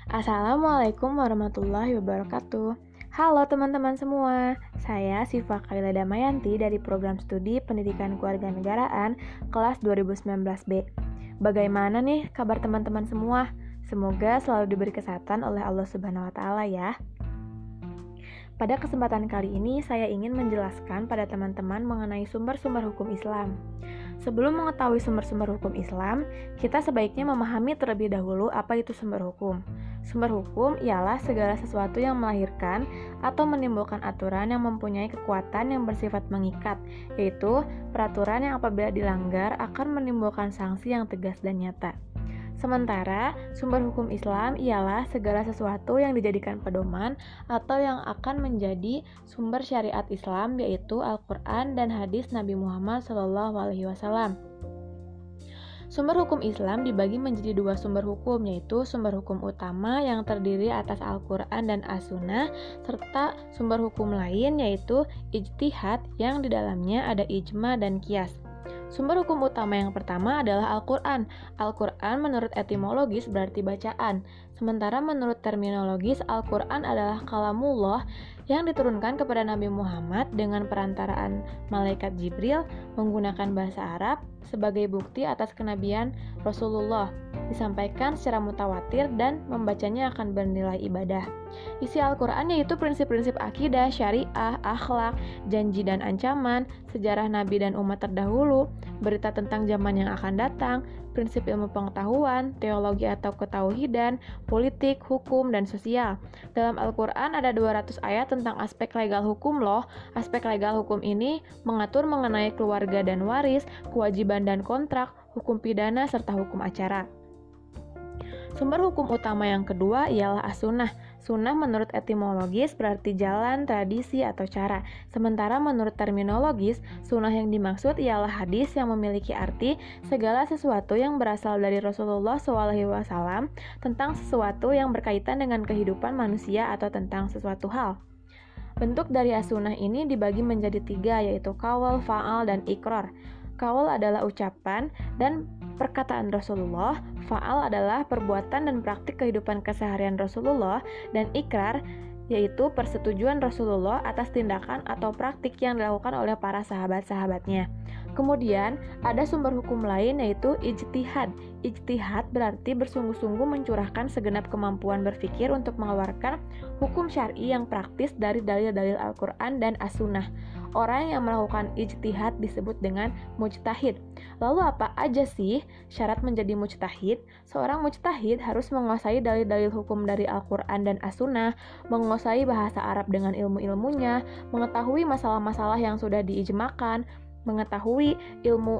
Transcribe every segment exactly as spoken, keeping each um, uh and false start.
Assalamualaikum warahmatullahi wabarakatuh. Halo teman-teman semua, saya Siva Kaila Damayanti dari Program Studi Pendidikan Kewarganegaraan kelas dua ribu sembilan belas B. Bagaimana nih kabar teman-teman semua? Semoga selalu diberi kesehatan oleh Allah Subhanahu wa taala ya. Pada kesempatan kali ini saya ingin menjelaskan pada teman-teman mengenai sumber-sumber hukum Islam. Sebelum mengetahui sumber-sumber hukum Islam, kita sebaiknya memahami terlebih dahulu apa itu sumber hukum. Sumber hukum ialah segala sesuatu yang melahirkan atau menimbulkan aturan yang mempunyai kekuatan yang bersifat mengikat, yaitu peraturan yang apabila dilanggar akan menimbulkan sanksi yang tegas dan nyata. Sementara, sumber hukum Islam ialah segala sesuatu yang dijadikan pedoman atau yang akan menjadi sumber syariat Islam, yaitu Al-Quran dan hadis Nabi Muhammad shallallahu alaihi wasallam. Sumber hukum Islam dibagi menjadi dua sumber hukum, yaitu sumber hukum utama yang terdiri atas Al-Quran dan As-Sunnah, serta sumber hukum lain yaitu ijtihad yang di dalamnya ada ijma dan qiyas. Sumber hukum utama yang pertama adalah Al-Quran. Al-Quran menurut etimologis berarti bacaan, sementara menurut terminologis Al-Quran adalah kalamullah yang diturunkan kepada Nabi Muhammad dengan perantaraan malaikat Jibril menggunakan bahasa Arab sebagai bukti atas kenabian Rasulullah, disampaikan secara mutawatir dan membacanya akan bernilai ibadah. Isi Al-Quran yaitu prinsip-prinsip akidah, syariah, akhlak, janji dan ancaman, sejarah Nabi dan umat terdahulu, berita tentang zaman yang akan datang, prinsip ilmu pengetahuan, teologi atau ketauhidan, politik, hukum, dan sosial. Dalam Al-Quran ada dua ratus ayat tentang aspek legal hukum loh. Aspek legal hukum ini mengatur mengenai keluarga dan waris, kewajiban dan kontrak, hukum pidana, serta hukum acara. Sumber hukum utama yang kedua ialah as-sunnah. Sunnah menurut etimologis berarti jalan, tradisi, atau cara. Sementara menurut terminologis, sunnah yang dimaksud ialah hadis yang memiliki arti segala sesuatu yang berasal dari Rasulullah shallallahu alaihi wasallam tentang sesuatu yang berkaitan dengan kehidupan manusia atau tentang sesuatu hal. Bentuk dari as-sunnah ini dibagi menjadi tiga, yaitu qaul, fa'al, dan ikrar. Qaul adalah ucapan dan perkataan Rasulullah, fa'al adalah perbuatan dan praktik kehidupan keseharian Rasulullah, dan ikrar yaitu persetujuan Rasulullah atas tindakan atau praktik yang dilakukan oleh para sahabat-sahabatnya. Kemudian ada sumber hukum lain yaitu ijtihad. Ijtihad berarti bersungguh-sungguh mencurahkan segenap kemampuan berpikir untuk mengeluarkan hukum syar'i yang praktis dari dalil-dalil Al-Quran dan As-Sunnah. Orang yang melakukan ijtihad disebut dengan mujtahid. Lalu apa aja sih syarat menjadi mujtahid? Seorang mujtahid harus menguasai dalil-dalil hukum dari Al-Quran dan As-Sunnah, menguasai bahasa Arab dengan ilmu-ilmunya, mengetahui masalah-masalah yang sudah diijmakan, mengetahui ilmu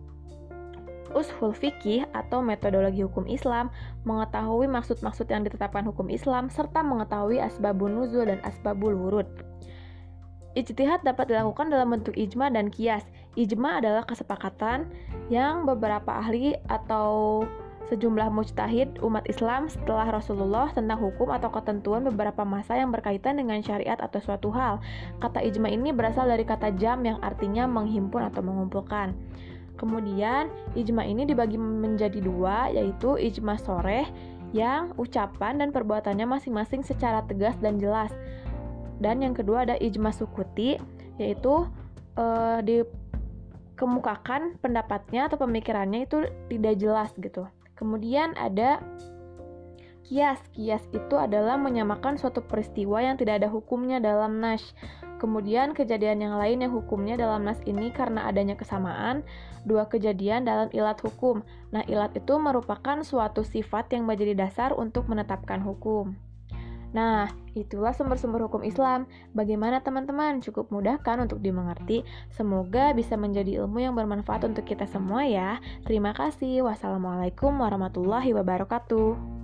ushul fikih atau metodologi hukum Islam, mengetahui maksud-maksud yang ditetapkan hukum Islam, serta mengetahui asbabun nuzul dan asbabul wurud. Ijtihad dapat dilakukan dalam bentuk ijma dan qiyas. Ijma adalah kesepakatan yang beberapa ahli atau sejumlah mujtahid umat Islam setelah Rasulullah tentang hukum atau ketentuan beberapa masa yang berkaitan dengan syariat atau suatu hal. Kata ijma ini berasal dari kata jam yang artinya menghimpun atau mengumpulkan. Kemudian ijma ini dibagi menjadi dua, yaitu ijma soreh yang ucapan dan perbuatannya masing-masing secara tegas dan jelas. Dan yang kedua ada ijma sukuti, yaitu e, dikemukakan pendapatnya atau pemikirannya itu tidak jelas gitu. Kemudian ada qiyas. Qiyas itu adalah menyamakan suatu peristiwa yang tidak ada hukumnya dalam nas. Kemudian kejadian yang lain yang hukumnya dalam nas ini karena adanya kesamaan dua kejadian dalam ilat hukum. Nah, ilat itu merupakan suatu sifat yang menjadi dasar untuk menetapkan hukum. Nah, itulah sumber-sumber hukum Islam. Bagaimana teman-teman? Cukup mudah kan untuk dimengerti? Semoga bisa menjadi ilmu yang bermanfaat untuk kita semua ya. Terima kasih. Wassalamualaikum warahmatullahi wabarakatuh.